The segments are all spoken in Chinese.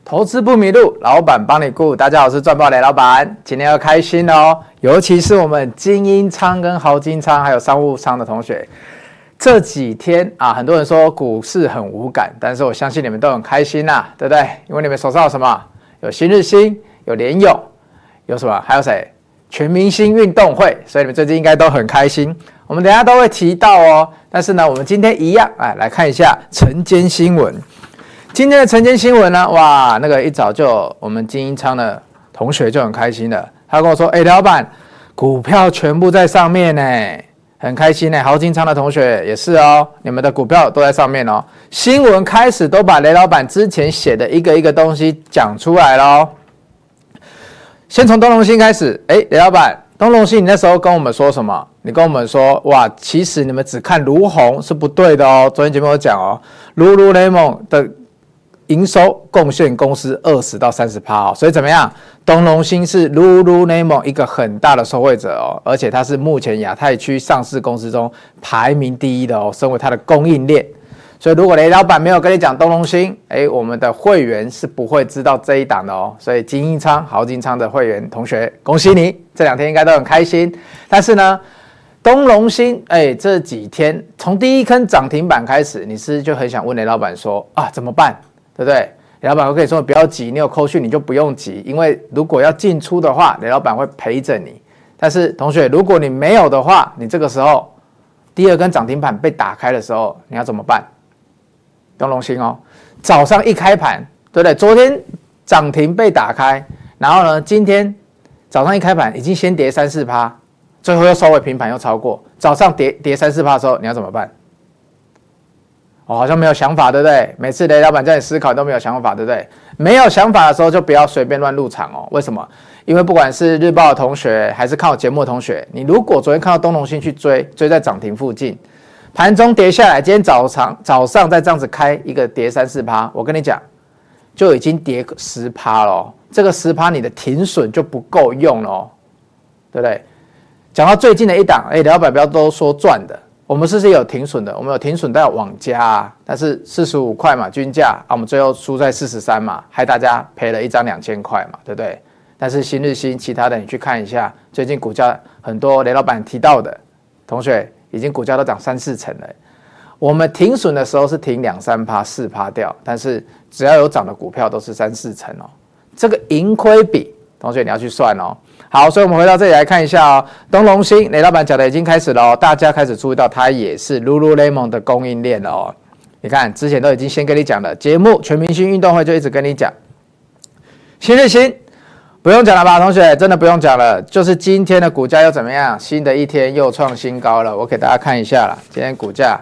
投资不迷路，老板帮你顾。大家好，我是赚爆雷老板，今天要开心哦！尤其是我们精英仓跟豪金仓还有商务仓的同学，这几天啊，很多人说股市很无感，但是我相信你们都很开心呐，对不对？因为你们手上有什么？有新日兴，有联咏，有什么？还有谁？全明星运动会，所以你们最近应该都很开心。我们等一下都会提到哦。但是呢，我们今天一样，来看一下晨间新闻。今天的晨间新闻呢，哇，那个一早就我们精英仓的同学就很开心了，他跟我说：“老板，股票全部在上面呢，很开心呢。”豪金仓的同学也是哦，你们的股票都在上面哦。新闻开始都把雷老板之前写的一个一个东西讲出来咯。先从东隆兴开始，雷老板，东隆兴你那时候跟我们说什么？你跟我们说，哇，其实你们只看卢红是不对的哦。昨天节目有讲哦，Lululemon 的营收贡献公司20%到30%哦，所以怎么样？东隆兴是 Lululemon 一个很大的受惠者哦，而且它是目前亚太区上市公司中排名第一的哦，身为它的供应链。所以如果雷老板没有跟你讲东隆兴，我们的会员是不会知道这一档的哦。所以精英仓、豪金仓的会员同学，恭喜你，这两天应该都很开心。但是呢，东隆兴，这几天从第一根涨停板开始，你是就很想问雷老板说啊，怎么办？对不对？雷老板会跟你说不要急，你有扣讯你就不用急，因为如果要进出的话，雷老板会陪着你。但是同学，如果你没有的话，你这个时候第二根涨停板被打开的时候，你要怎么办？东隆兴哦，早上一开盘，对不对？昨天涨停被打开，然后呢，今天早上一开盘已经先跌3-4%，最后又收回平盘又超过，早上跌3-4%的时候，你要怎么办？好像没有想法，对不对？每次雷老板叫你思考都没有想法，对不对？没有想法的时候就不要随便乱入场哦。为什么？因为不管是日报的同学还是看我节目的同学，你如果昨天看到东隆兴去追在涨停附近，盘中跌下来，今天早上再这样子开一个跌3-4%，我跟你讲，就已经跌10%了。这个10%你的停损就不够用了，对不对？讲到最近的一档，雷老板不要都说赚的。我们是不是有停损的？我们有停损到网家啊，但是45块嘛均价啊，我们最后输在43嘛，害大家赔了一张2000块嘛，对不对？但是新日兴其他的你去看一下，最近股价很多雷老板提到的同学，已经股价都涨3-4成了。我们停损的时候是停2-3%、4%掉，但是只要有涨的股票都是3-4成哦。这个盈亏比，同学你要去算哦。好，所以我们回到这里来看一下哦。东隆兴，雷老板讲的已经开始了哦，大家开始注意到它也是 Lululemon 的供应链了哦。你看，之前都已经先跟你讲了，节目全明星运动会就一直跟你讲。新日兴不用讲了吧，同学，真的不用讲了。就是今天的股价又怎么样？新的一天又创新高了。我给大家看一下啦，今天股价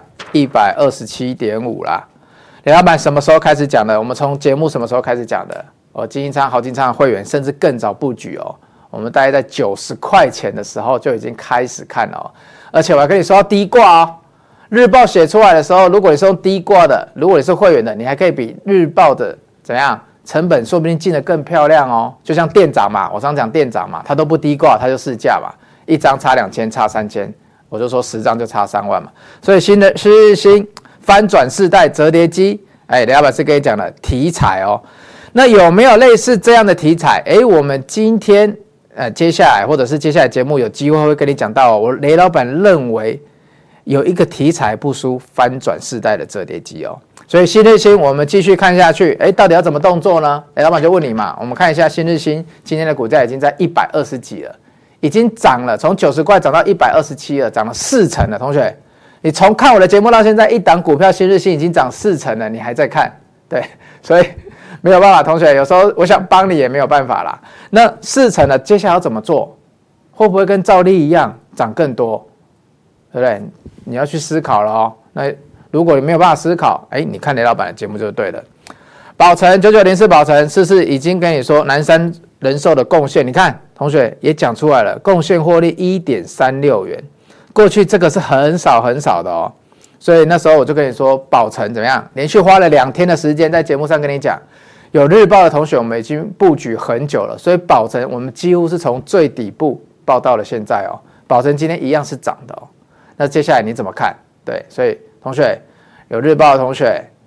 127.5啦。雷老板什么时候开始讲的？我们从节目什么时候开始讲的？精英仓、豪金仓的会员，甚至更早布局哦。我们大概在90块钱的时候就已经开始看了哦，而且我还跟你说要低挂哦。日报写出来的时候，如果你是用低挂的，如果你是会员的，你还可以比日报的怎样成本说不定进得更漂亮哦。就像店长嘛，我常讲店长嘛，他都不低挂，他就市价嘛，一张差2000，差3000，我就说10张就差3万嘛。所以新日兴翻转世代折叠机，雷老板是跟你讲的题材哦。那有没有类似这样的题材？我们今天接下来或者是接下来节目有机会会跟你讲到我雷老板认为有一个题材不输翻转世代的折叠机哦。所以新日兴我们继续看下去，到底要怎么动作呢？雷老板就问你嘛，我们看一下新日兴今天的股价已经在120几了，已经涨了，从90块涨到127了，涨了4成了。同学，你从看我的节目到现在，一档股票新日兴已经涨4成了，你还在看？对，所以没有办法，同学，有时候我想帮你也没有办法啦。那4成了，接下来要怎么做？会不会跟兆利一样涨更多？对不对？你要去思考了哦。那如果你没有办法思考，你看雷老板的节目就对了。宝成9904宝成，是不是已经跟你说南山人寿的贡献？你看，同学也讲出来了，贡献获利1.36元，过去这个是很少很少的哦。所以那时候我就跟你说，宝成怎么样？连续花了2天的时间在节目上跟你讲。有日报的同学，我们已经布局很久了，所以宝成我们几乎是从最底部报到了现在哦。宝成今天一样是涨的哦。那接下来你怎么看？对，所以同学有日报的同学，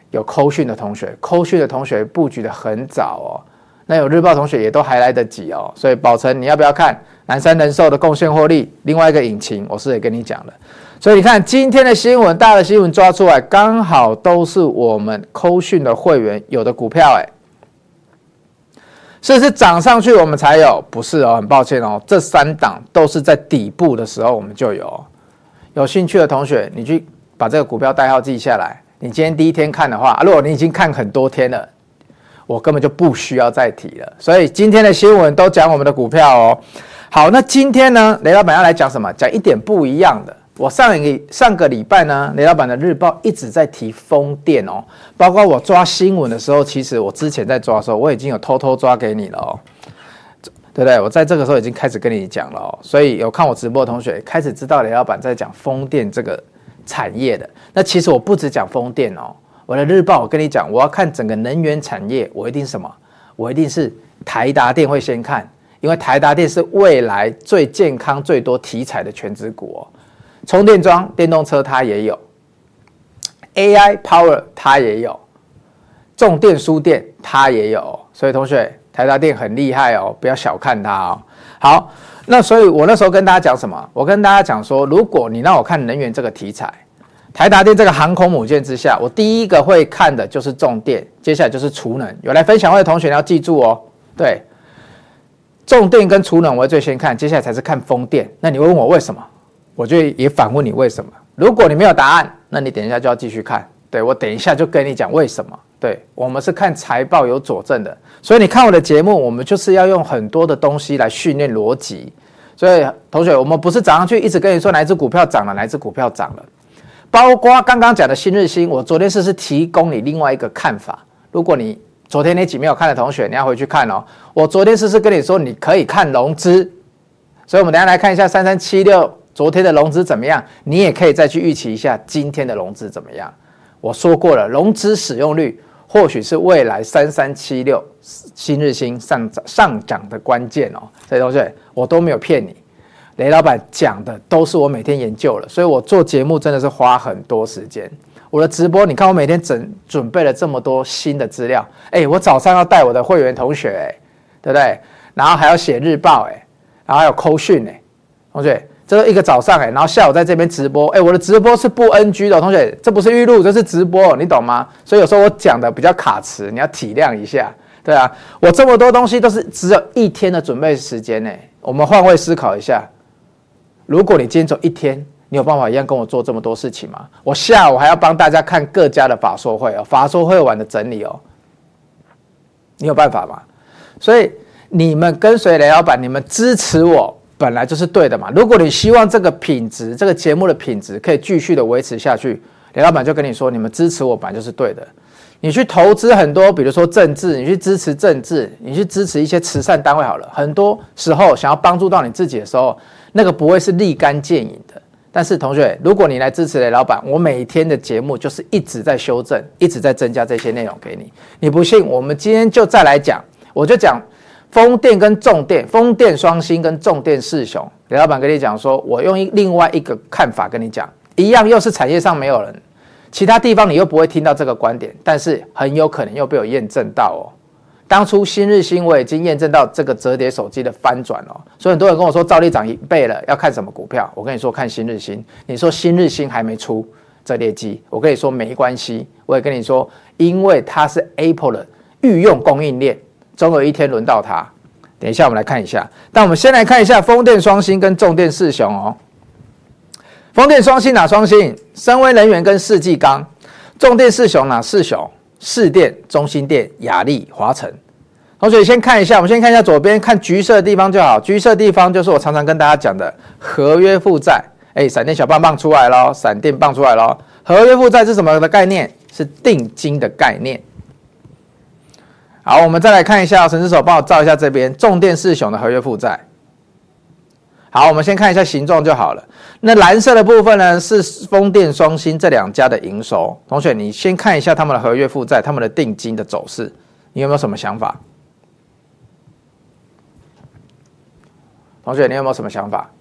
有扣讯的同学，扣讯的同学布局的很早哦。那有日报同学也都还来得及哦。所以宝成，你要不要看南山人寿的贡献获利？另外一个引擎，我是也跟你讲了。所以你看今天的新闻，大的新闻抓出来，刚好都是我们扣讯的会员有的股票，是不是涨上去我们才有？不是哦，很抱歉哦，这3档都是在底部的时候我们就有。有兴趣的同学，你去把这个股票代号记下来。你今天第一天看的话，如果你已经看很多天了，我根本就不需要再提了。所以今天的新闻都讲我们的股票哦。好，那今天呢，雷老板要来讲什么？讲一点不一样的。我上个礼拜呢，雷老板的日报一直在提风电哦，包括我抓新闻的时候，其实我之前在抓的时候，我已经有偷偷抓给你了哦，对不对？我在这个时候已经开始跟你讲了哦，所以有看我直播的同学开始知道雷老板在讲风电这个产业的。那其实我不只讲风电哦，我的日报我跟你讲，我要看整个能源产业，我一定什么？我一定是台达电会先看，因为台达电是未来最健康、最多题材的全指股哦。充电桩、电动车它也有 ，AI Power 它也有，重电输电它也有，所以同学，台达电很厉害哦，不要小看它哦。好，那所以我那时候跟大家讲什么？我跟大家讲说，如果你让我看能源这个题材，台达电这个航空母舰之下，我第一个会看的就是重电，接下来就是储能。有来分享会的同学你要记住哦，对，重电跟储能我会最先看，接下来才是看风电。那你会问我为什么？我就也反问你为什么？如果你没有答案，那你等一下就要继续看。对，我等一下就跟你讲为什么。对，我们是看财报有佐证的，所以你看我的节目，我们就是要用很多的东西来训练逻辑。所以同学，我们不是早上去一直跟你说哪一只股票涨了，哪一只股票涨了，包括刚刚讲的新日兴，我昨天是提供你另外一个看法。如果你昨天那集没有看的同学，你要回去看哦。我昨天是跟你说你可以看融资，所以我们等一下来看一下3376。昨天的融资怎么样？你也可以再去预期一下今天的融资怎么样。我说过了，融资使用率或许是未来3376新日兴上涨的关键哦。所以同学，我都没有骗你，雷老板讲的都是我每天研究了，所以我做节目真的是花很多时间。我的直播，你看我每天准备了这么多新的资料，我早上要带我的会员同学，对不对？然后还要写日报，然后还有扣讯，同学。这是一个早上然后下午在这边直播，我的直播是不 NG 的，同学，这不是预录，这是直播，你懂吗？所以有时候我讲的比较卡词，你要体谅一下，对啊，我这么多东西都是只有1天的准备时间我们换位思考一下，如果你今天走1天，你有办法一样跟我做这么多事情吗？我下午还要帮大家看各家的法说会法说会完的整理你有办法吗？所以你们跟随雷老板，你们支持我。本来就是对的嘛。如果你希望这个品质，这个节目的品质可以继续的维持下去，雷老板就跟你说，你们支持我本来就是对的。你去投资很多，比如说政治，你去支持政治，你去支持一些慈善单位好了。很多时候想要帮助到你自己的时候，那个不会是立竿见影的。但是同学，如果你来支持雷老板，我每天的节目就是一直在修正，一直在增加这些内容给你。你不信，我们今天就再来讲，我就讲。风电跟重电，风电双星跟重电四雄，雷老板跟你讲说，我用另外一个看法跟你讲，一样又是产业上没有人，其他地方你又不会听到这个观点，但是很有可能又被我验证到当初新日兴我已经验证到这个折叠手机的翻转所以很多人跟我说照例涨1倍了，要看什么股票？我跟你说看新日兴，你说新日兴还没出折叠机，我跟你说没关系，我也跟你说，因为它是 Apple 的御用供应链。总有一天轮到它，等一下我们来看一下。但我们先来看一下风电双星跟重电四雄风电双星哪双星？深威能源跟世纪钢。重电四雄哪4雄？士电、中兴电、亚力、华城。同学先看一下，我们先看一下左边，看橘色的地方就好。橘色的地方就是我常常跟大家讲的合约负债。闪电小棒棒出来咯，闪电棒出来咯。合约负债是什么的概念？是定金的概念。好，我们再来看一下，陈之手帮我照一下这边重电四雄的合约负债。好，我们先看一下形状就好了。那蓝色的部分呢，是风电双星这2家的营收。同学，你先看一下他们的合约负债，他们的定金的走势，你有没有什么想法？同学，你有没有什么想法？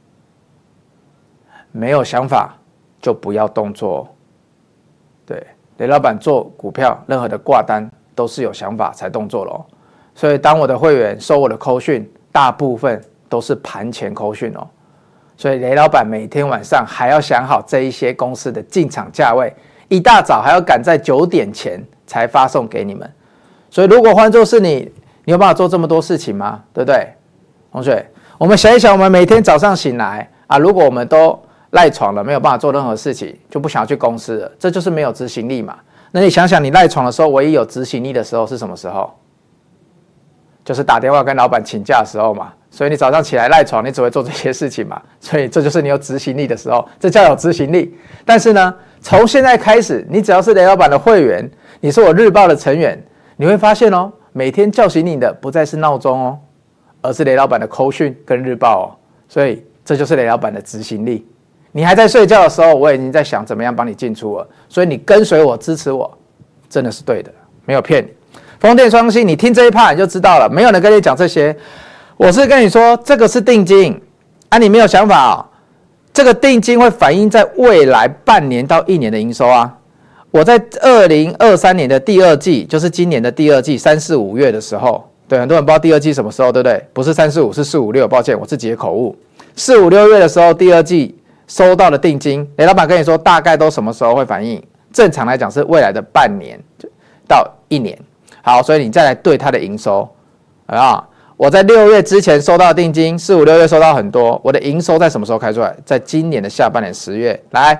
没有想法就不要动作对， 雷老板做股票任何的挂单都是有想法才动作咯。所以当我的会员收我的扣讯，大部分都是盘前扣讯哦。所以雷老板每天晚上还要想好这一些公司的进场价位，一大早还要赶在9点前才发送给你们。所以如果换作是你有办法做这么多事情吗？对不对？同学，我们想一想，我们每天早上醒来啊，如果我们都赖床了，没有办法做任何事情，就不想要去公司了，这就是没有执行力嘛。那你想想，你赖床的时候，唯一有执行力的时候是什么时候？就是打电话跟老板请假的时候嘛。所以你早上起来赖床，你只会做这些事情嘛。所以这就是你有执行力的时候，这叫有执行力。但是呢，从现在开始，你只要是雷老板的会员，你是我日报的成员，你会发现哦，每天叫醒你的不再是闹钟哦，而是雷老板的扣讯跟日报哦。所以这就是雷老板的执行力。你还在睡觉的时候，我已经在想怎么样帮你进出了。所以你跟随我，支持我，真的是对的，没有骗你。风电双星，你听这一 part 你就知道了，没有人跟你讲这些。我是跟你说，这个是定金啊，你没有想法哦。这个定金会反映在未来半年到1年的营收啊。我在2023年的第二季，就是今年的第二季3、4、5月的时候，对，很多人不知道第二季什么时候，对不对？不是3、4、5，是4、5、6，抱歉，我自己的口误。4、5、6月的时候，第二季收到的定金，雷老板跟你说大概都什么时候会反映？正常来讲是未来的半年到1年。好，所以你再来对它的营收啊。我在6月之前收到的定金，4、5、6月收到很多。我的营收在什么时候开出来？在今年的下半年10月。来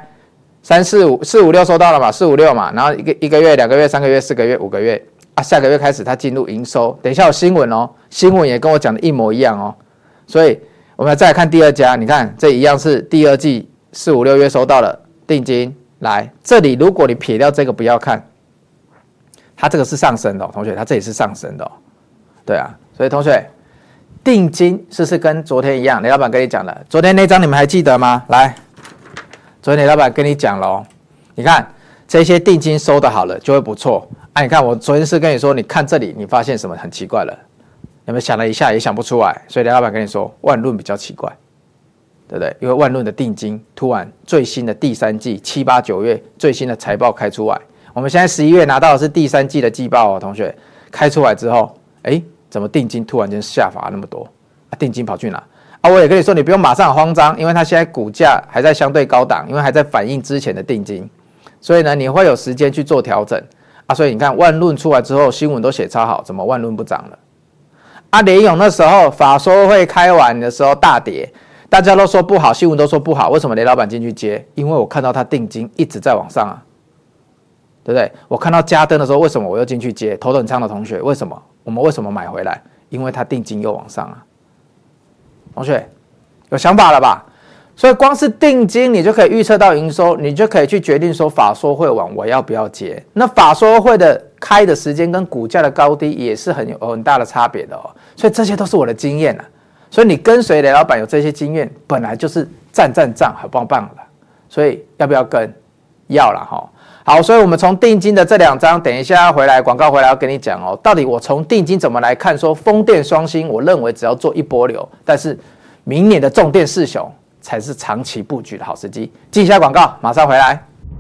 ，4、5、6收到了嘛？4、5、6嘛，然后一个月、2个月、3个月、4个月、5个月啊，下个月开始它进入营收。等一下有新闻哦，新闻也跟我讲的一模一样哦。所以我们再来看第二家，你看这一样是第二季4、5、6月收到了定金。来，这里如果你撇掉这个不要看，它这个是上升的哦，同学，它这里是上升的哦。对啊。所以同学，定金是不是跟昨天一样？雷老板跟你讲的，昨天那张你们还记得吗？来，昨天雷老板跟你讲了哦，你看这些定金收的好了就会不错啊。你看我昨天是跟你说，你看这里，你发现什么很奇怪了？有没有想了一下也想不出来？所以雷老板跟你说，万润比较奇怪，对不对？因为万润的定金突然最新的第3季7、8、9月最新的财报开出来，我们现在11月拿到的是第3季的季报哦，同学开出来之后，怎么定金突然间下滑那么多啊？定金跑去哪啊？我也跟你说，你不用马上慌张，因为它现在股价还在相对高档，因为还在反映之前的定金，所以呢，你会有时间去做调整啊。所以你看万润出来之后，新闻都写超好，怎么万润不涨了？啊，联咏那时候法说会开完的时候大跌，大家都说不好，新闻都说不好，为什么雷老板进去接？因为我看到他定金一直在往上啊，对不对？我看到加登的时候，为什么我又进去接？头等舱的同学，为什么？我们为什么买回来？因为它定金又往上啊。同学有想法了吧？所以光是定金你就可以预测到营收，你就可以去决定说法说会晚我要不要接。那法说会的开的时间跟股价的高低也是有很大的差别的哦。所以这些都是我的经验啊。所以你跟随雷老板有这些经验，本来就是赞，好棒棒的。所以要不要跟？要啦齁。好，所以我们从定金的这2张，等一下回来广告回来要跟你讲哦，到底我从定金怎么来看？说风电双星，我认为只要做一波流，但是明年的重电四雄才是长期布局的好时机。记一下广告，马上回来。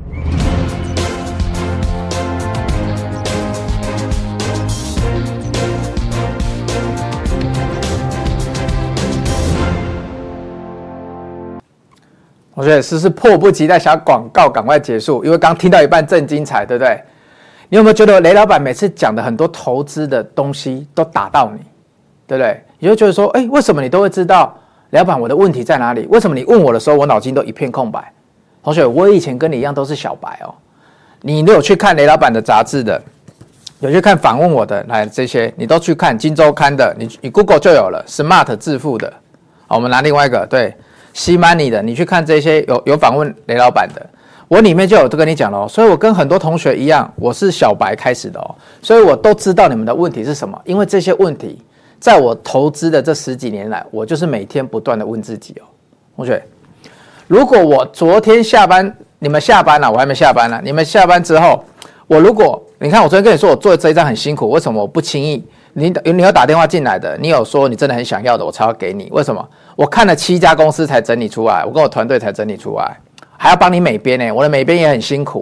同学是不是迫不及待想广告赶快结束？因为刚听到一半正精彩，对不对？你有没有觉得雷老板每次讲的很多投资的东西都打到你，对不对？你就觉得说，为什么你都会知道雷老板我的问题在哪里？为什么你问我的时候我脑筋都一片空白？同学，我以前跟你一样都是小白哦。你有去看雷老板的杂志的，有去看访问我的，来这些你都去看金周刊的，你 Google 就有了 Smart 致富的。好，我们拿另外一个，对。C Money 的，你去看这些有访问雷老板的，我里面就有都跟你讲了哦。所以我跟很多同学一样，我是小白开始的哦，所以我都知道你们的问题是什么。因为这些问题，在我投资的这10几年来，我就是每天不断的问自己哦。同学，如果我昨天下班，你们下班了，我还没下班呢，你们下班之后，你看我昨天跟你说我做的这一张很辛苦，为什么我不轻易？你有打电话进来的，你有说你真的很想要的，我才要给你。为什么？我看了7家公司才整理出来，我跟我团队才整理出来，还要帮你美编呢。我的美编也很辛苦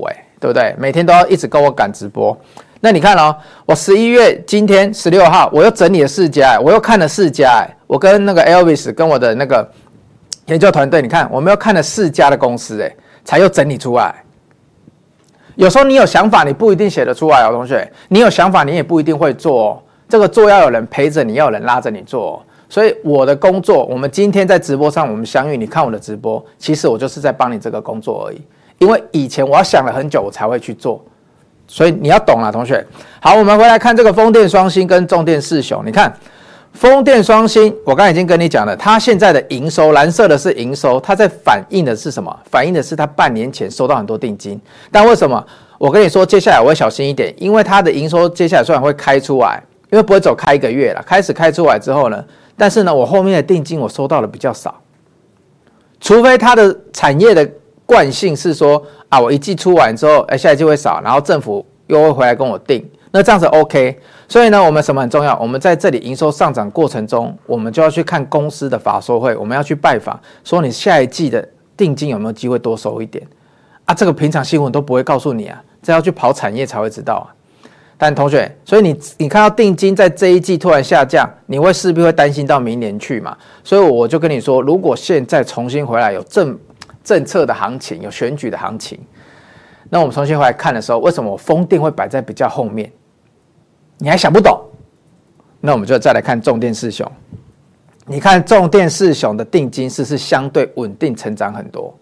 对不对？每天都要一直跟我赶直播。那你看哦，我11月今天16号，我又整理了4家，我又看了4家，我跟那个 Elvis 跟我的那个研究团队，你看我们又看了4家的公司，才又整理出来。有时候你有想法，你不一定写得出来哦，同学。你有想法，你也不一定会做哦。这个做要有人陪着你，要有人拉着你做哦。所以我的工作，我们今天在直播上我们相遇，你看我的直播，其实我就是在帮你这个工作而已。因为以前我要想了很久，我才会去做。所以你要懂啦，同学。好，我们回来看这个风电双星跟重电四雄。你看风电双星，我刚才已经跟你讲了，它现在的营收，蓝色的是营收，它在反映的是什么？反映的是它半年前收到很多定金。但为什么？我跟你说，接下来我会小心一点，因为它的营收接下来虽然会开出来，因为不会走开1个月了，开始开出来之后呢，但是呢，我后面的定金我收到的比较少，除非它的产业的惯性是说啊，我一季出完之后，下一季会少，然后政府又会回来跟我定，那这样子 OK。所以呢，我们什么很重要？我们在这里营收上涨过程中，我们就要去看公司的法说会，我们要去拜访，说你下一季的定金有没有机会多收一点啊？这个平常新闻都不会告诉你啊，这要去跑产业才会知道啊。但同学，所以你看到定金在这一季突然下降，你会势必会担心到明年去嘛？所以我就跟你说，如果现在重新回来有政策的行情，有选举的行情，那我们重新回来看的时候，为什么我风电会摆在比较后面？你还想不懂？那我们就再来看重电四雄。你看重电四雄的定金是相对稳定成长很多。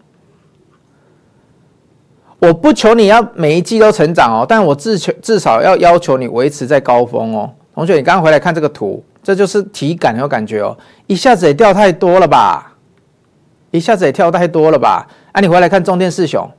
我不求你要每一季都成长哦，但我至少要求你维持在高峰哦。同学，你刚刚回来看这个图，这就是体感有感觉哦，一下子也掉太多了吧？一下子也跳太多了吧？啊，你回来看重电四雄，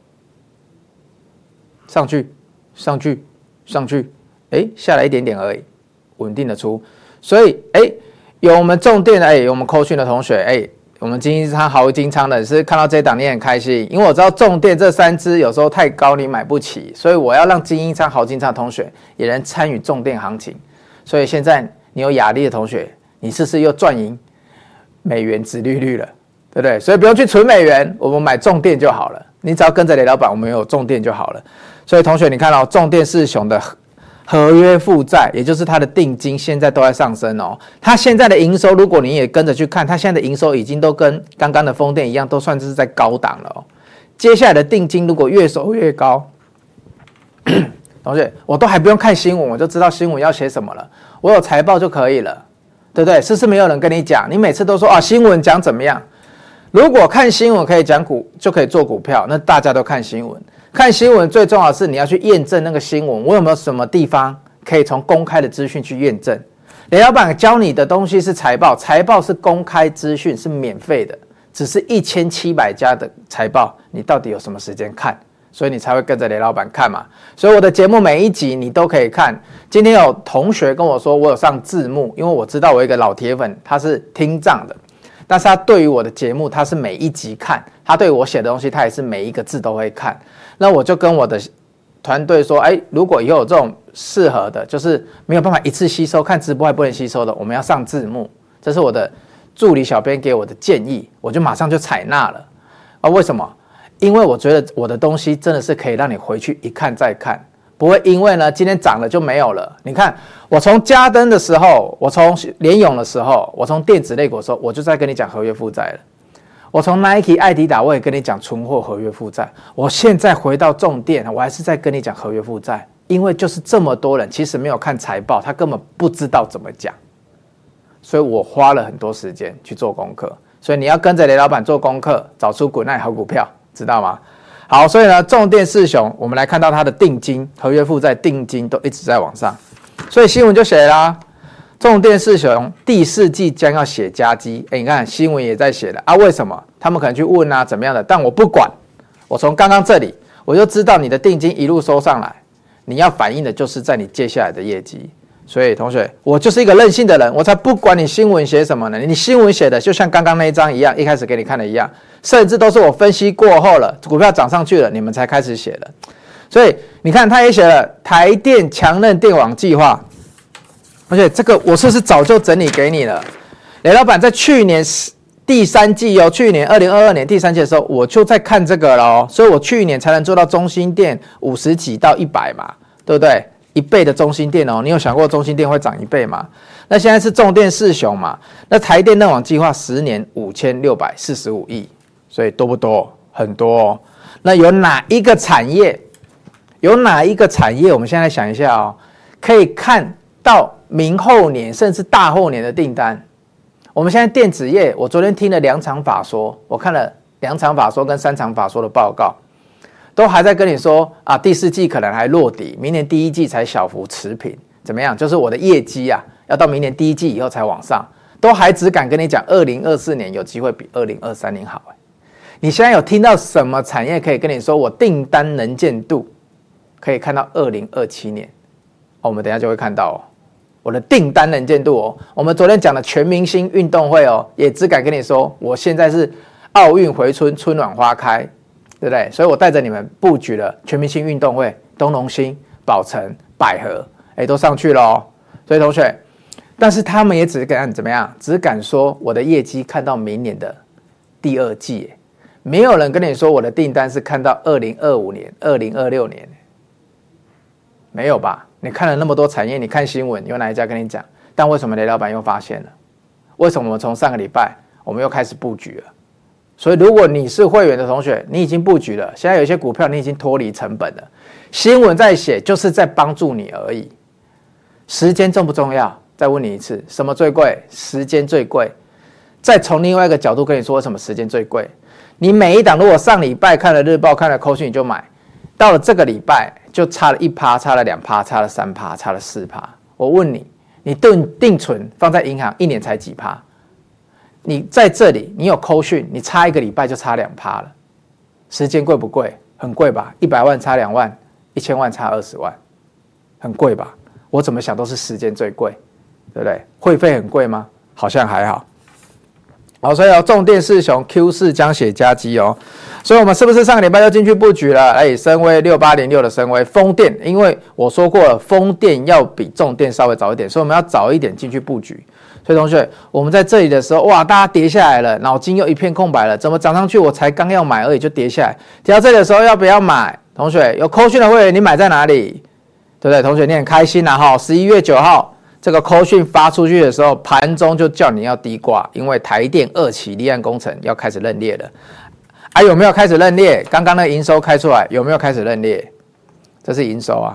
上去，上去，上去，下来一点点而已，稳定的出。所以，有我们重电的，有我们扣讯的同学，我们金鹰仓、豪金仓的是看到这一档你很开心，因为我知道重电这3支有时候太高你买不起，所以我要让金鹰仓、豪金仓的同学也能参与重电行情。所以现在你有亚力的同学，你是不是又赚赢美元殖利率了，对不对？所以不用去存美元，我们买重电就好了。你只要跟着雷老板，我们有重电就好了。所以同学，你看到重电四雄的合约负债，也就是它的定金，现在都在上升哦。它现在的营收，如果你也跟着去看，它现在的营收已经都跟刚刚的风电一样，都算是在高档了哦。接下来的定金如果越收越高，同学，我都还不用看新闻，我就知道新闻要写什么了。我有财报就可以了，对不对？是不是没有人跟你讲？你每次都说啊，新闻讲怎么样？如果看新闻可以讲就可以做股票，那大家都看新闻。看新闻最重要的是你要去验证那个新闻，我有没有什么地方可以从公开的资讯去验证？雷老板教你的东西是财报，财报是公开资讯，是免费的，只是1700家的财报，你到底有什么时间看？所以你才会跟着雷老板看嘛。所以我的节目每一集你都可以看。今天有同学跟我说我有上字幕，因为我知道我有一个老铁粉他是听障的，但是他对于我的节目他是每一集看，他对我写的东西他也是每一个字都会看。那我就跟我的团队说，如果以后有这种适合的，就是没有办法一次吸收，看直播还不能吸收的，我们要上字幕。这是我的助理小编给我的建议，我就马上就采纳了。为什么？因为我觉得我的东西真的是可以让你回去一看再看，不会因为呢今天涨了就没有了。你看，我从嘉登的时候，我从联咏的时候，我从电子类股的时候，我就在跟你讲合约负债了。我从 Nike、艾迪达，我也跟你讲存货合约负债。我现在回到重电，我还是在跟你讲合约负债，因为就是这么多人其实没有看财报，他根本不知道怎么讲，所以我花了很多时间去做功课。所以你要跟着雷老板做功课，找出滚耐好股票，知道吗？好，所以呢，重电四雄，我们来看到它的定金、合约负债、定金都一直在往上，所以新闻就写啦。重电四雄第4季将要写佳绩，你看新闻也在写了啊，为什么？他们可能去问啊，怎么样的？但我不管，我从刚刚这里我就知道你的定金一路收上来，你要反映的就是在你接下来的业绩。所以同学，我就是一个任性的人，我才不管你新闻写什么呢？你新闻写的就像刚刚那一张一样，一开始给你看的一样，甚至都是我分析过后了，股票涨上去了，你们才开始写的。所以你看，他也写了台电强韧电网计划。而且这个我是不是早就整理给你了？雷老板在去年第三季哦，去年2022年第三季的时候，我就在看这个了哦，所以我去年才能做到中兴电50几到100嘛，对不对？1倍的中兴电哦，你有想过中兴电会涨1倍吗？那现在是重电四雄嘛，那台电认网计划10年5645亿，所以多不多？很多哦。那有哪一个产业？有哪一个产业？我们现在想一下哦，可以看到明后年甚至大后年的订单。我们现在电子业，我昨天听了2场法说，我看了2场法说跟3场法说的报告，都还在跟你说啊，第4季可能还落底，明年第1季才小幅持平，怎么样？就是我的业绩啊，要到明年第1季以后才往上，都还只敢跟你讲2024年有机会比2023年好。你现在有听到什么产业可以跟你说我订单能见度可以看到2027年？我们等一下就会看到哦。我的订单能见度哦，我们昨天讲的全明星运动会哦，也只敢跟你说，我现在是奥运回春，春暖花开，对不对？所以我带着你们布局了全明星运动会，东隆兴、宝成、百合，都上去了哦。所以同学，但是他们也只敢怎么样？只敢说我的业绩看到明年的第2季，没有人跟你说我的订单是看到2025年、2026年，没有吧？你看了那么多产业，你看新闻，有哪一家跟你讲？但为什么雷老板又发现了？为什么我们从上个礼拜我们又开始布局了？所以如果你是会员的同学，你已经布局了，现在有一些股票你已经脱离成本了，新闻在写就是在帮助你而已。时间重不重要？再问你一次，什么最贵？时间最贵。再从另外一个角度跟你说，为什么时间最贵？你每一档如果上礼拜看了日报，看了扣讯你就买，到了这个礼拜就差了1%，差了2%，差了3%，差了4%。我问你，你定存放在银行1年才几%？你在这里，你有扣讯，你差1个礼拜就差2%了。时间贵不贵？很贵吧？100万差2万，1000万差20万，很贵吧？我怎么想都是时间最贵，对不对？会费很贵吗？好像还好。好，所以重电四雄 Q4 将写加基哦，所以我们是不是上个礼拜就进去布局了？深威6806的深威，风电，因为我说过了，风电要比重电稍微早一点，所以我们要早一点进去布局。所以同学，我们在这里的时候，哇，大家跌下来了，脑筋又一片空白了，怎么涨上去？我才刚要买而已就跌下来，跌到这里的时候要不要买？同学有扣讯的会员，你买在哪里？对不对？同学你很开心啊哈！11月9号。这个扣讯发出去的时候，盘中就叫你要低挂，因为台电2期立案工程要开始认列了。啊，有没有开始认列？刚刚那个营收开出来，有没有开始认列？这是营收啊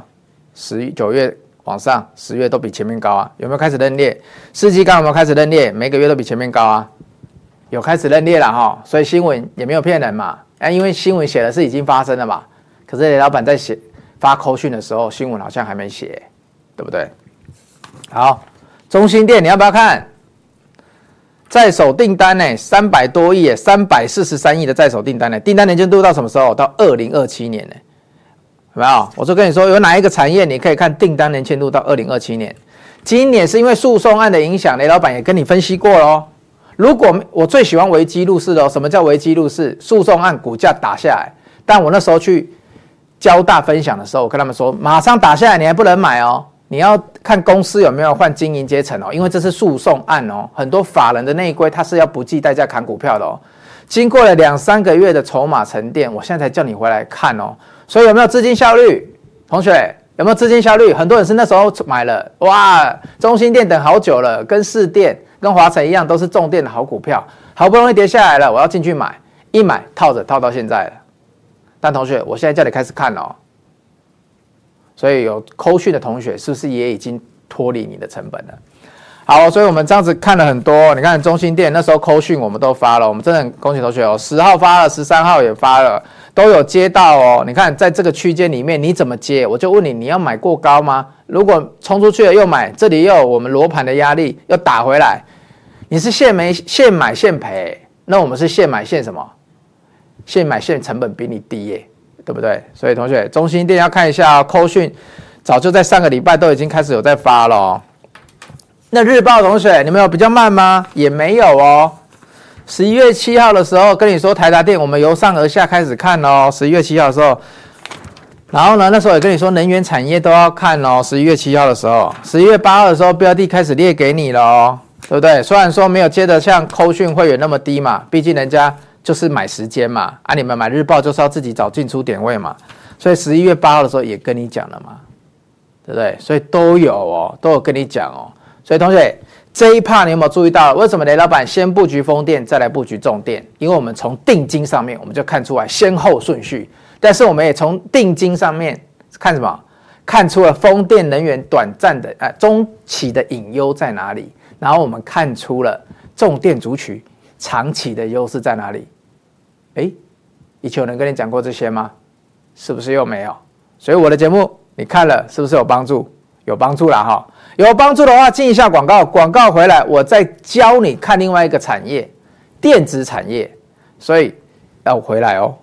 ，9月往上，10月都比前面高啊，有没有开始认列？4季刚有没有开始认列？每个月都比前面高啊，有开始认列了哈。所以新闻也没有骗人嘛，因为新闻写的是已经发生了嘛。可是雷老板在发扣讯的时候，新闻好像还没写，对不对？好，中兴电你要不要看？在手订单呢，300多亿，343亿的在手订单呢，订单能见度到什么时候？到2027年呢？有没有？我就跟你说，有哪一个产业你可以看订单能见度到2027年？今年是因为诉讼案的影响，雷老板也跟你分析过咯。如果我最喜欢危机入市的，什么叫危机入市？诉讼案股价打下来，但我那时候去交大分享的时候，我跟他们说，马上打下来，你还不能买哦。你要看公司有没有换经营阶层哦，因为这是诉讼案哦，很多法人的内规他是要不计代价砍股票的哦。经过了2-3个月的筹码沉淀，我现在才叫你回来看哦。所以有没有资金效率？同学有没有资金效率？很多人是那时候买了，哇，中兴电等好久了，跟士电、跟华城一样，都是重电的好股票，好不容易跌下来了，我要进去买，一买套到现在了。但同学，我现在叫你开始看哦。所以有扣讯的同学是不是也已经脱离你的成本了？好，所以我们这样子看了很多，你看中兴电那时候扣讯我们都发了，我们真的很恭喜同学哦，10号发了，13号也发了，都有接到哦。你看在这个区间里面你怎么接？我就问你，你要买过高吗？如果冲出去了又买，这里又有我们罗盘的压力又打回来，你是现买现赔，那我们是现买现什么？现买现成本比你低耶。对不对？所以同学，中兴电要看一下哦，扣讯早就在上个礼拜都已经开始有在发了哦。那日报同学，你们有比较慢吗？也没有哦。11月7号的时候跟你说台达电，我们由上而下开始看哦。11月7号的时候，然后呢，那时候也跟你说能源产业都要看哦。11月7号的时候，11月8号的时候标的开始列给你了哦。 对不对？虽然说没有接得像扣讯会员那么低嘛，毕竟人家就是买时间嘛，啊，你们买日报就是要自己找进出点位嘛，所以11月8号的时候也跟你讲了嘛，对不对？所以都有哦，都有跟你讲哦。所以同学这一 part 你有没有注意到？为什么雷老板先布局风电，再来布局重电？因为我们从定金上面我们就看出来先后顺序，但是我们也从定金上面看什么？看出了风电能源短暂的中期的隐忧在哪里？然后我们看出了重电族群长期的优势在哪里？以前有人跟你讲过这些吗？是不是又没有？所以我的节目你看了是不是有帮助？有帮助啦哈！有帮助的话进一下广告，广告回来我再教你看另外一个产业，电子产业。所以要回来哦。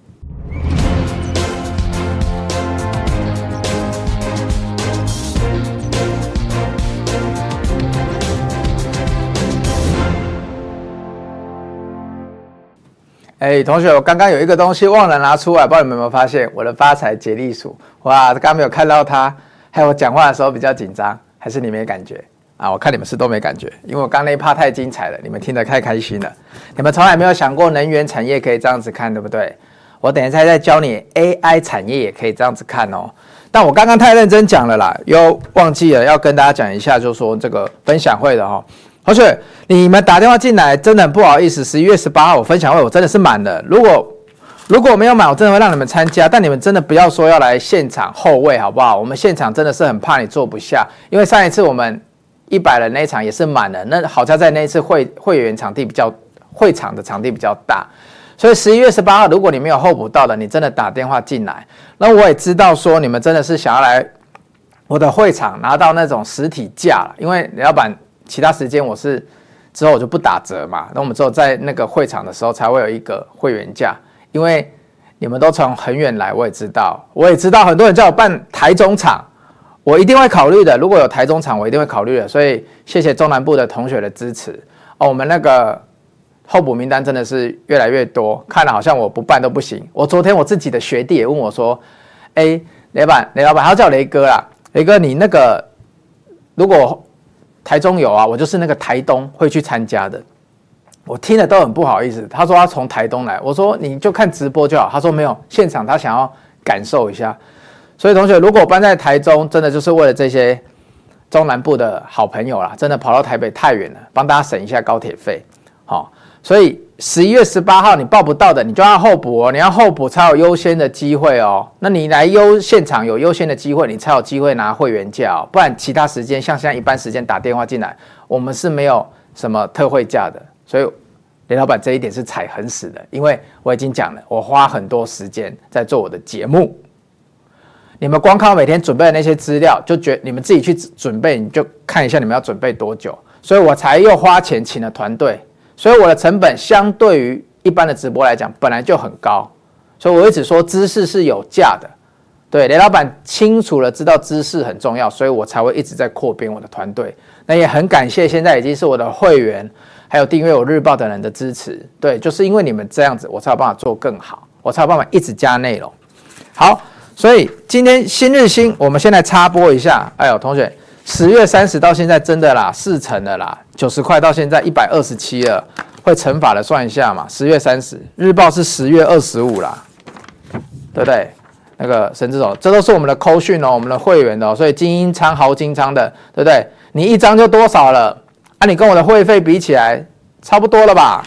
同学，我刚刚有一个东西忘了拿出来，不知道你们有没有发现？我的发财解力鼠，哇，刚刚没有看到它，还有我讲话的时候比较紧张，还是你没感觉啊？我看你们是都没感觉，因为我刚那一趴太精彩了，你们听得太开心了。你们从来没有想过能源产业可以这样子看，对不对？我等一下再教你 AI 产业也可以这样子看哦。但我刚刚太认真讲了啦，又忘记了要跟大家讲一下，就是说这个分享会的哦。同学，你们打电话进来真的很不好意思，11月18号我分享会我真的是满了。如果没有满，我真的会让你们参加，但你们真的不要说要来现场候位好不好？我们现场真的是很怕你坐不下，因为上一次我们100人那一场也是满了，那好在在那一次会员场地会场的场地比较大，所以11月18号如果你没有候补到的，你真的打电话进来，那我也知道说你们真的是想要来我的会场拿到那种实体价了，因为李老板其他时间之后我就不打折嘛，那我们只有在那个会场的时候才会有一个会员价，因为你们都从很远来，我也知道很多人叫我办台中场，我一定会考虑的，如果有台中场我一定会考虑的，所以谢谢中南部的同学的支持哦。我们那个候补名单真的是越来越多，看了好像我不办都不行。我昨天我自己的学弟也问我说，雷老板，他叫雷哥啦，雷哥你那个如果台中有啊，我就是那个台东会去参加的。我听了都很不好意思，他说他从台东来，我说你就看直播就好，他说没有，现场他想要感受一下。所以同学，如果我搬在台中，真的就是为了这些中南部的好朋友啦，真的跑到台北太远了，帮大家省一下高铁费。好，所以11月18号你报不到的，你就要候补哦，你要候补才有优先的机会哦。那你来现场有优先的机会，你才有机会拿会员价哦，不然其他时间像现在一般时间打电话进来，我们是没有什么特惠价的。所以雷老板这一点是踩很死的，因为我已经讲了，我花很多时间在做我的节目。你们光靠每天准备的那些资料，就觉得你们自己去准备，你就看一下你们要准备多久。所以我才又花钱请了团队，所以我的成本相对于一般的直播来讲，本来就很高。所以我一直说知识是有价的，对，雷老板清楚了知道知识很重要，所以我才会一直在扩编我的团队。那也很感谢现在已经是我的会员，还有订阅我日报的人的支持。对，就是因为你们这样子，我才有办法做更好，我才有办法一直加内容。好，所以今天新日新，我们先来插播一下。哎呦，同学，10月30到现在真的啦，4成了啦，90块到现在127了，会乘法的算一下嘛。10月30，日报是10月25啦，对不对？那个神之手，这都是我们的扣讯哦，我们的会员的哦，所以精英仓、豪金仓的，对不对？你一张就多少了？啊，你跟我的会费比起来，差不多了吧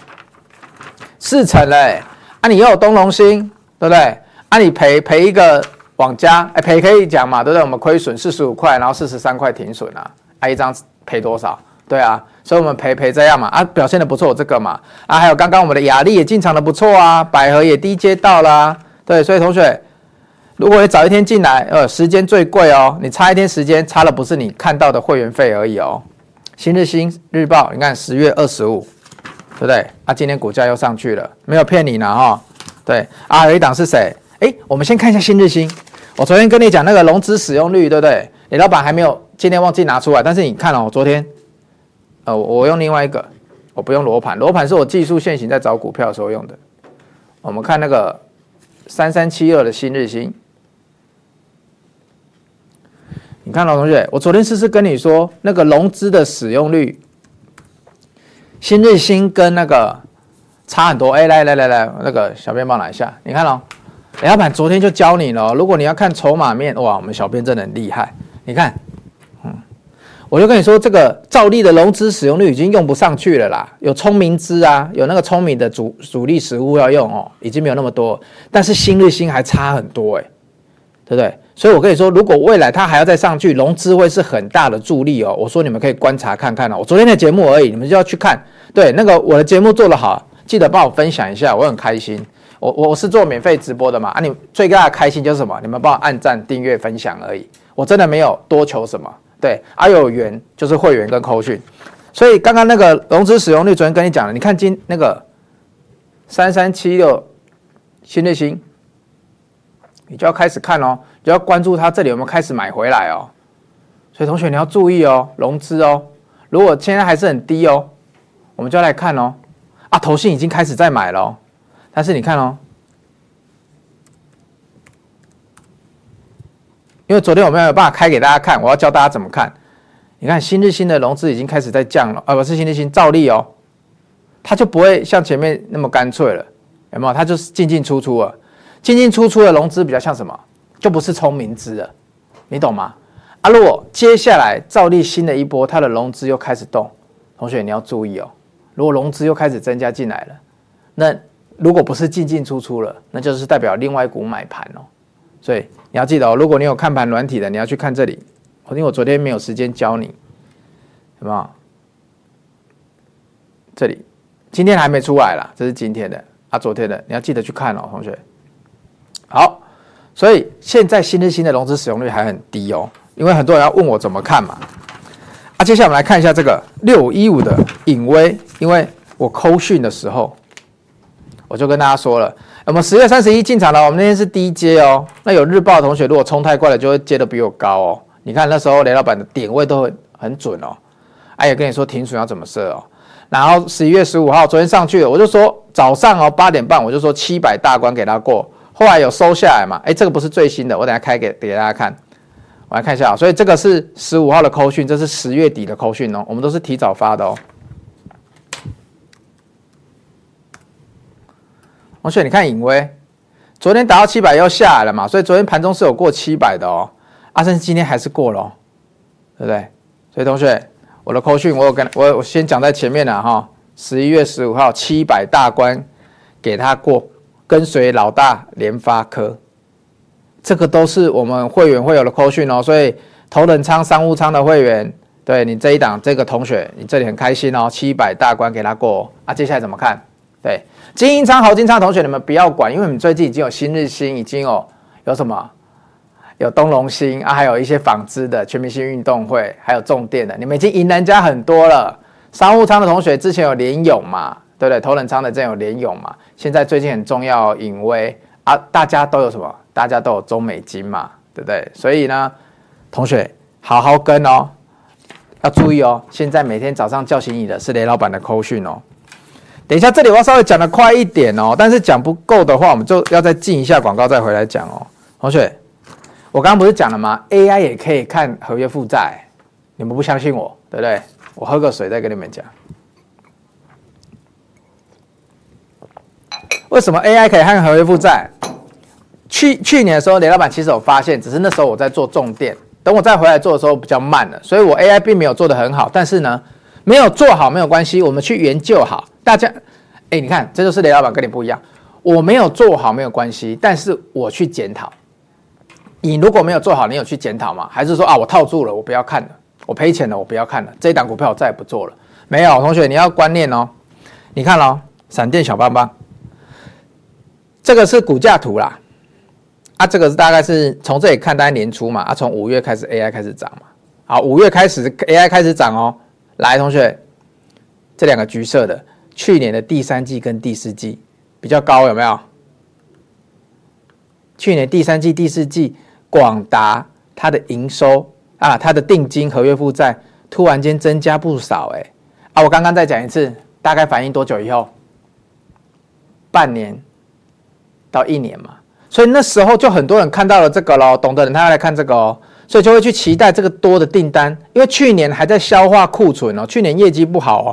？4成嘞，啊，你又有东隆兴，对不对？啊，你赔一个网家，赔可以讲嘛，对不对？我们亏损45块，然后43块停损啊，啊，一张赔多少？对啊，所以我们赔这样嘛，啊，表现的不错，这个嘛，啊，还有刚刚我们的雅丽也进场的不错啊，百合也低阶到啦，对，所以同学，如果你早一天进来，时间最贵哦，你差一天时间，差的不是你看到的会员费而已哦。新日新日报，你看10月25，对不对？啊，今天股价又上去了，没有骗你呢哈。对，啊，有一档是谁？我们先看一下新日新。我昨天跟你讲那个融资使用率，对不对？李老板还没有，今天忘记拿出来，但是你看哦，我昨天，我用另外一个，我不用罗盘，罗盘是我技术线型在找股票的时候用的。我们看那个3372的新日新。你看老同学，我昨天是不是跟你说那个融资的使用率新日兴跟那个差很多。哎，来，那个小编帮我拿一下，你看雷老板昨天就教你了，如果你要看筹码面，哇，我们小编真的很厉害。你看，我就跟你说，这个兆利的融资使用率已经用不上去了啦。有聪明资啊，有那个聪明的主力实物要用哦，已经没有那么多。但是新日兴还差很多对不对？所以我跟你说，如果未来它还要再上去，融资会是很大的助力哦。我说你们可以观察看看哦。我昨天的节目而已，你们就要去看。对，那个我的节目做得好，记得帮我分享一下，我很开心。我是做免费直播的嘛，你最大的开心就是什么？你们帮我按赞、订阅、分享而已。我真的没有多求什么。对，有缘就是会员跟扣讯。所以刚刚那个融资使用率，昨天跟你讲了，你看那个3376新日兴。你就要开始看哦，就要关注它这里有没有开始买回来哦。所以同学你要注意哦，融资哦，如果现在还是很低哦，我们就要来看哦。投信已经开始在买了哦，但是你看哦，因为昨天我没有办法开给大家看，我要教大家怎么看。你看新日兴的融资已经开始在降了，不是新日兴，兆利哦，它就不会像前面那么干脆了，有没有？它就是进出出了。进出的融资比较像什么？就不是聪明资了，你懂吗？如果接下来兆利新的一波，它的融资又开始动，同学你要注意哦。如果融资又开始增加进来了，那如果不是进出了，那就是代表另外一股买盘哦。所以你要记得哦，如果你有看盘软体的，你要去看这里。因为我昨天没有时间教你，有没有？这里今天还没出来啦，这是今天的昨天的，你要记得去看哦，同学。好，所以现在新日兴的融资使用率还很低哦，因为很多人要问我怎么看嘛。接下来我们来看一下这个6515的隐威，因为我扣讯的时候，我就跟大家说了，我们10月31进场了，我们那天是低接哦。那有日报的同学，如果冲太快了，就会接的比我高哦。你看那时候雷老板的点位都很准哦，也跟你说停损要怎么设哦。然后11月15号昨天上去了，我就说早上8点半我就说700大关给他过。后来有收下来嘛？这个不是最新的，我等一下开给大家看。我来看一下所以这个是15号的扣讯，这是10月底的扣讯哦，我们都是提早发的哦。同学，你看隐威，昨天达到700又下来了嘛，所以昨天盘中是有过700的哦。甚至今天还是过了哦，对不对？所以同学，我的扣讯我先讲在前面了哈。11月15号700大关给他过。跟随老大联发科，这个都是我们会员会有的扣讯哦，所以头等舱、商务舱的会员，对你这一档这个同学，你这里很开心哦，700大关给他过接下来怎么看？对，精英舱、豪金舱的同学你们不要管，因为你们最近已经有新日兴，已经有什么？有东隆兴还有一些纺织的全明星运动会，还有重电的，你们已经赢人家很多了。商务舱的同学之前有联咏嘛？对不对？头等舱的真有联咏嘛？现在最近很重要隐威大家都有什么？大家都有中美金嘛，对不对？所以呢，同学好好跟哦，要注意哦。现在每天早上叫醒你的是雷老板的扣讯哦。等一下这里我要稍微讲得快一点哦，但是讲不够的话，我们就要再进一下广告再回来讲哦。同学，我刚刚不是讲了吗 ？AI 也可以看合约负债，你们不相信我，对不对？我喝个水再跟你们讲。为什么 AI 可以看合约负债？去年的时候，雷老板其实有发现，只是那时候我在做重电，等我再回来做的时候比较慢了，所以我 AI 并没有做得很好。但是呢，没有做好没有关系，我们去研究好。大家，你看，这就是雷老板跟你不一样。我没有做好没有关系，但是我去检讨。你如果没有做好，你有去检讨吗？还是说我套住了，我不要看了，我赔钱了，我不要看了，这一档股票我再也不做了？没有，同学你要观念哦。你看哦，闪电小棒棒。这个是股价图啦，这个是大概是从这里看，大概年初嘛，从5月开始 AI 开始涨嘛，好，5月开始 AI 开始涨哦。来，同学，这两个橘色的，去年的第3季跟第4季比较高，有没有？去年第3季、第4季，广达它的营收它的定金合约负债突然间增加不少我刚刚再讲一次，大概反映多久以后？半年到1年嘛，所以那时候就很多人看到了这个咯，懂的人他要来看这个哦，所以就会去期待这个多的订单，因为去年还在消化库存哦，去年业绩不好哦，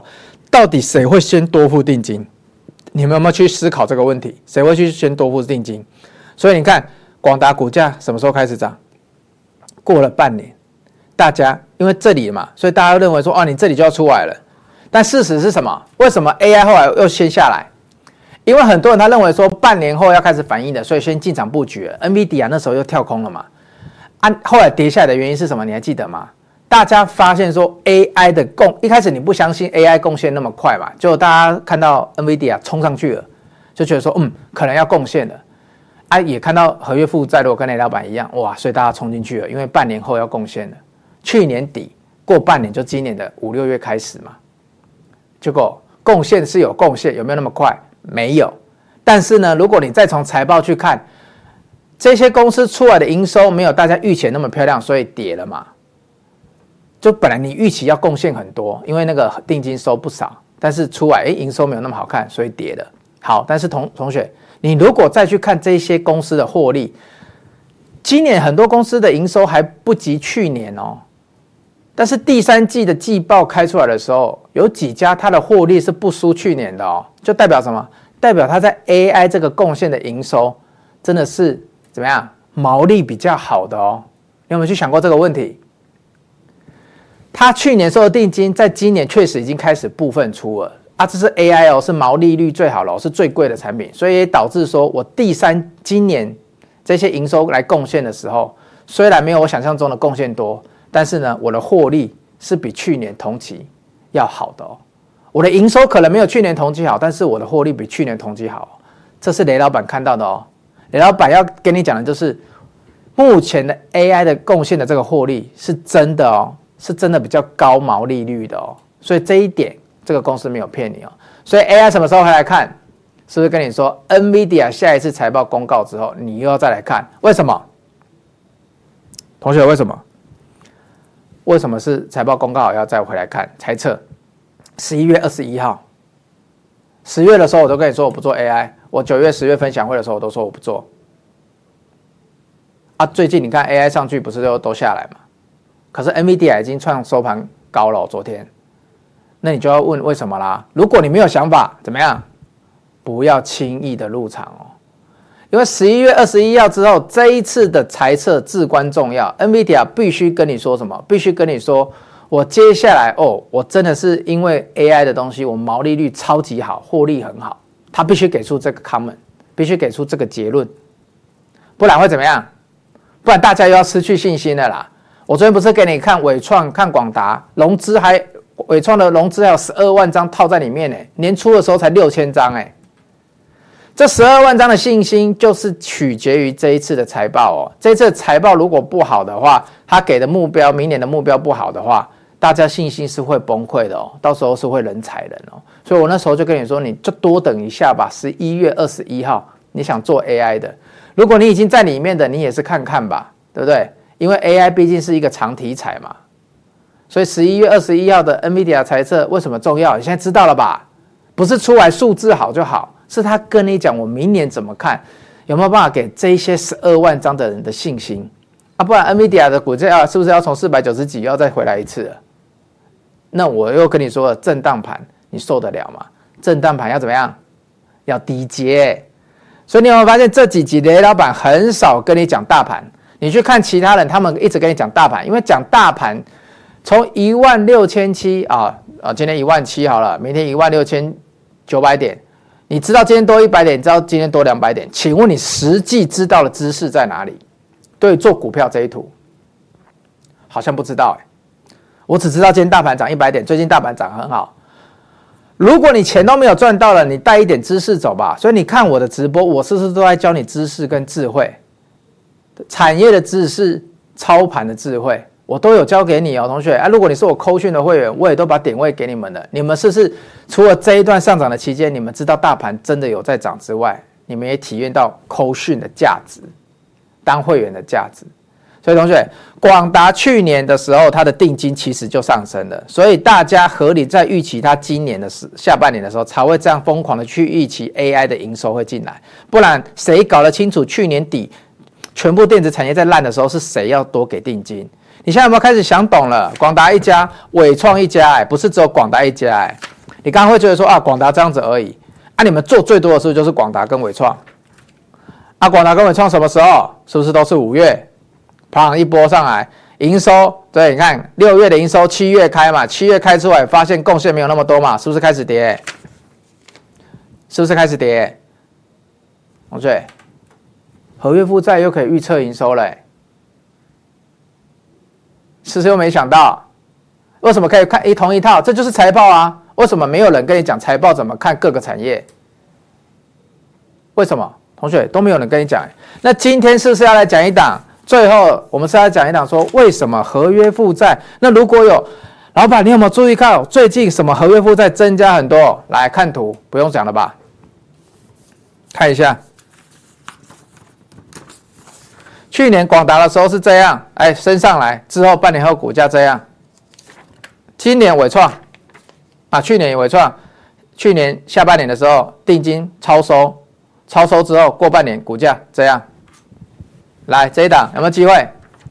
到底谁会先多付定金？你们有没有去思考这个问题？谁会去先多付定金？所以你看，广达股价什么时候开始涨？过了半年，大家因为这里嘛，所以大家认为说，你这里就要出来了。但事实是什么？为什么 AI 后来又先下来？因为很多人他认为说半年后要开始反应的，所以先进场布局了。NVIDIA 那时候又跳空了嘛。后来跌下来的原因是什么？你还记得吗？大家发现说 AI 的一开始你不相信 AI 贡献那么快嘛，就大家看到 NVIDIA 冲上去了，就觉得说可能要贡献了。也看到合约负债如果跟雷老板一样，哇，所以大家冲进去了，因为半年后要贡献了。去年底过半年就今年的5、6月开始嘛，结果贡献是有贡献，有没有那么快？没有。但是呢，如果你再从财报去看，这些公司出来的营收没有大家预期那么漂亮，所以跌了嘛。就本来你预期要贡献很多，因为那个定金收不少，但是出来营收没有那么好看，所以跌了。好，但是同学，你如果再去看这些公司的获利，今年很多公司的营收还不及去年哦。但是第3季的季报开出来的时候，有几家它的获利是不输去年的哦，就代表什么？代表它在 AI 这个贡献的营收真的是怎么样？毛利比较好的哦。你有没有去想过这个问题？他去年收的定金，在今年确实已经开始部分出了这是 AI 哦，是毛利率最好的是最贵的产品，所以也导致说我今年这些营收来贡献的时候，虽然没有我想象中的贡献多，但是呢，我的获利是比去年同期要好的哦。我的营收可能没有去年同期好，但是我的获利比去年同期好，这是雷老板看到的哦。雷老板要跟你讲的就是，目前的 AI 的贡献的这个获利是真的哦。是真的比较高毛利率的哦，所以这一点这个公司没有骗你哦。所以 AI 什么时候回来看？是不是跟你说 NVIDIA 下一次财报公告之后，你又要再来看？为什么？同学，为什么？为什么是财报公告要再回来看？猜测11月21号，10月的时候我都跟你说我不做 AI， 我9月、10月分享会的时候我都说我不做。最近你看 AI 上去不是都下来吗？可是 NVIDIA 已经创收盘高了昨天，那你就要问为什么啦？如果你没有想法，怎么样？不要轻易的入场哦，因为11月21号之后，这一次的财测至关重要。NVIDIA 必须跟你说什么？必须跟你说，我接下来我真的是因为 AI 的东西，我毛利率超级好，获利很好，他必须给出这个 comment， 必须给出这个结论，不然会怎么样？不然大家又要失去信心了啦。我昨天不是给你看伟创、看广达融资，伟创的融资还有12万张套在里面呢，年初的时候才6000张哎，这12万张的信心就是取决于这一次的财报哦。这一次的财报如果不好的话，他给的目标明年的目标不好的话，大家信心是会崩溃的哦，到时候是会人踩人哦。所以我那时候就跟你说，你就多等一下吧，11月21号你想做 AI 的，如果你已经在里面的，你也是看看吧，对不对？因为 AI 毕竟是一个长题材嘛，所以11月21号的 NVIDIA 财测为什么重要？你现在知道了吧？不是出来数字好就好，是他跟你讲我明年怎么看，有没有办法给这些12万张的人的信心不然 NVIDIA 的股价是不是要从490几要再回来一次了？那我又跟你说了，震荡盘你受得了吗？震荡盘要怎么样？要低接。所以你有没有发现这几集雷老板很少跟你讲大盘？你去看其他人，他们一直跟你讲大盘，因为讲大盘从16700今天17000好了，明天16900点，你知道今天多100点，你知道今天多200点，请问你实际知道的知识在哪里？对，做股票这一图好像不知道我只知道今天大盘涨100点，最近大盘涨很好。如果你钱都没有赚到了，你带一点知识走吧。所以你看我的直播，我是不是都在教你知识跟智慧？产业的知识、操盘的智慧，我都有教给你哦，同学如果你是我扣讯的会员，我也都把点位给你们了。你们是不是除了这一段上涨的期间，你们知道大盘真的有在涨之外，你们也体验到扣讯的价值，当会员的价值。所以同学，广达去年的时候，它的定金其实就上升了，所以大家合理在预期它今年的下半年的时候，才会这样疯狂的去预期 AI 的营收会进来。不然谁搞得清楚去年底全部电子产业在烂的时候，是谁要多给定金？你现在有没有开始想懂了？广达一家，伟创一家不是只有广达一家你刚刚会觉得说啊，广达这样子而已啊，你们做最多的是不是就是广达跟伟创啊？广达跟伟创什么时候？是不是都是5月，砰一波上来，营收对，你看6月的营收7月开嘛，7月开出来发现贡献没有那么多嘛，是不是开始跌？是不是开始跌？对，合约负债又可以预测营收了，是不是又没想到？为什么可以看同一套？这就是财报啊！为什么没有人跟你讲财报怎么看各个产业？为什么？同学都没有人跟你讲。那今天是不是要来讲一档？最后我们是要讲一档说为什么合约负债？那如果有老板，你有没有注意到最近什么合约负债增加很多？来看图，不用讲了吧？看一下。去年广达的时候是这样，哎，升上来之后，半年后股价这样。今年伟创，啊，去年伟创，去年下半年的时候定金超收，超收之后过半年股价这样。来这一档有没有机会？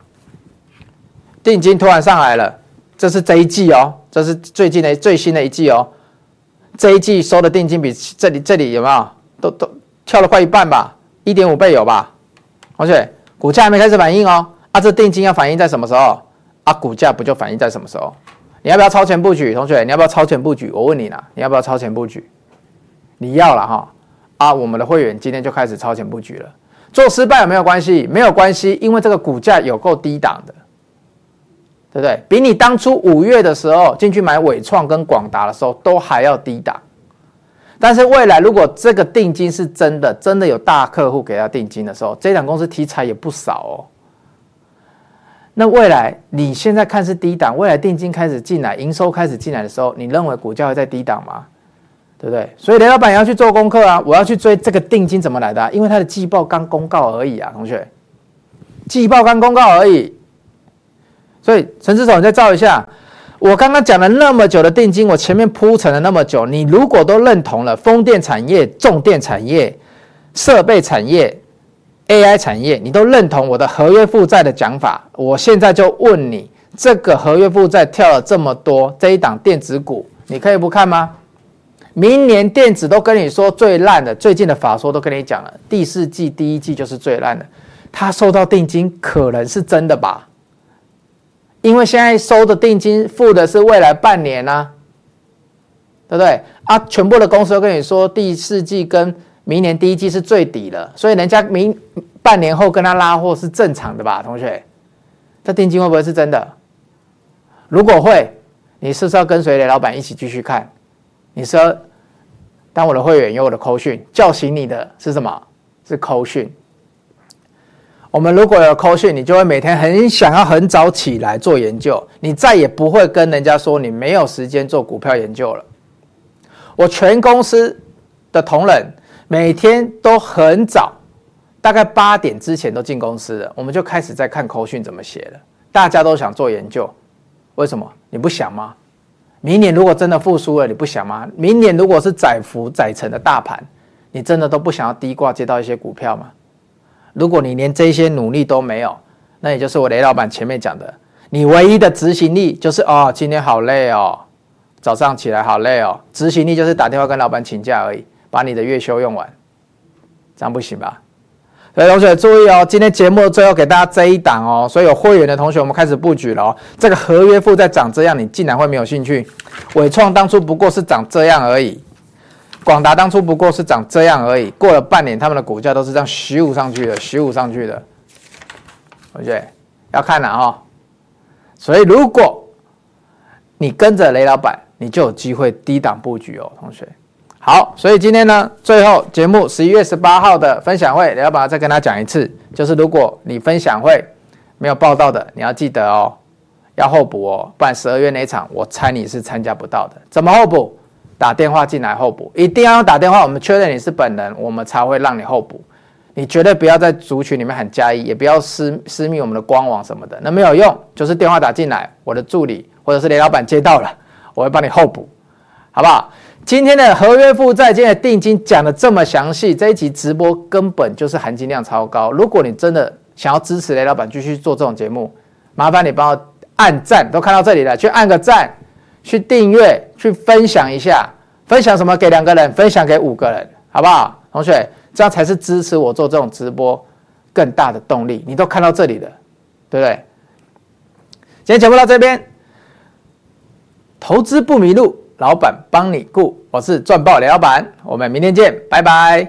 定金突然上来了，这是这一季哦，这是最新的一季哦。这一季收的定金比这里有没有都跳了快一半吧，1.5倍有吧？同学。股价还没开始反应哦，啊，这定金要反映在什么时候？啊，股价不就反映在什么时候？你要不要超前布局，同学？你要不要超前布局？我问你啦，你要不要超前布局？你要了哈，啊，我们的会员今天就开始超前布局了。做失败有没有关系？没有关系，因为这个股价有够低档的，对不对？比你当初5月的时候进去买伟创跟广达的时候都还要低档。但是未来如果这个定金是真的有大客户给他定金的时候，这档公司题材也不少哦。那未来你现在看是低档，未来定金开始进来，营收开始进来的时候，你认为股价会在低档吗？对不对？所以雷老板也要去做功课啊，我要去追这个定金怎么来的啊？因为它的季报刚公告而已啊，同学，季报刚公告而已。所以陈志总，你再照一下。我刚刚讲了那么久的定金，我前面铺陈了那么久，你如果都认同了风电产业、重电产业、设备产业、AI 产业，你都认同我的合约负债的讲法，我现在就问你，这个合约负债跳了这么多，这一档电子股，你可以不看吗？明年电子都跟你说最烂的，最近的法说都跟你讲了，第4季、第1季就是最烂的，它收到定金可能是真的吧？因为现在收的定金付的是未来半年啊，对不对啊？全部的公司都跟你说第4季跟明年第1季是最底了，所以人家半年后跟他拉货是正常的吧，同学？这定金会不会是真的？如果会，你是不是要跟随雷老板一起继续看？你是要当我的会员，有我的扣讯，叫醒你的是什么？是扣讯。我们如果有扣讯，你就会每天很想要很早起来做研究，你再也不会跟人家说你没有时间做股票研究了。我全公司的同仁每天都很早，大概8点之前都进公司了，我们就开始在看扣讯怎么写了。大家都想做研究，为什么？你不想吗？明年如果真的复苏了，你不想吗？明年如果是载浮载沉的大盘，你真的都不想要低挂接到一些股票吗？如果你连这些努力都没有，那也就是我雷老板前面讲的，你唯一的执行力就是哦，今天好累哦，早上起来好累哦，执行力就是打电话跟老板请假而已，把你的月休用完，这样不行吧？所以同学注意哦，今天节目最后给大家这一档哦，所以有会员的同学我们开始布局了哦。这个合约负债长这样，你竟然会没有兴趣？伟创当初不过是长这样而已。广达当初不过是长这样而已，过了半年，他们的股价都是这样咻上去的，咻上去的。同学要看了哦。所以如果你跟着雷老板，你就有机会低档布局哦，同学。好，所以今天呢，最后节目11月18号的分享会，雷老板再跟他讲一次，就是如果你分享会没有报到的，你要记得哦，要候补哦，不然12月那场我猜你是参加不到的。怎么候补？打电话进来候补，一定要打电话，我们确认你是本人，我们才会让你候补。你绝对不要在族群里面喊加一，也不要私密我们的官网什么的，那没有用。就是电话打进来，我的助理或者是雷老板接到了，我会帮你候补，好不好？今天的合约负债、今天的定金讲的这么详细，这一集直播根本就是含金量超高。如果你真的想要支持雷老板继续做这种节目，麻烦你帮我按赞，都看到这里了，去按个赞。去订阅，去分享一下， 分享什么给2个人，分享给5个人，好不好？同学，这样才是支持我做这种直播更大的动力。你都看到这里了，对不对？今天节目到这边，投资不迷路，老板帮你顾。我是赚爆雷老板，我们明天见，拜拜。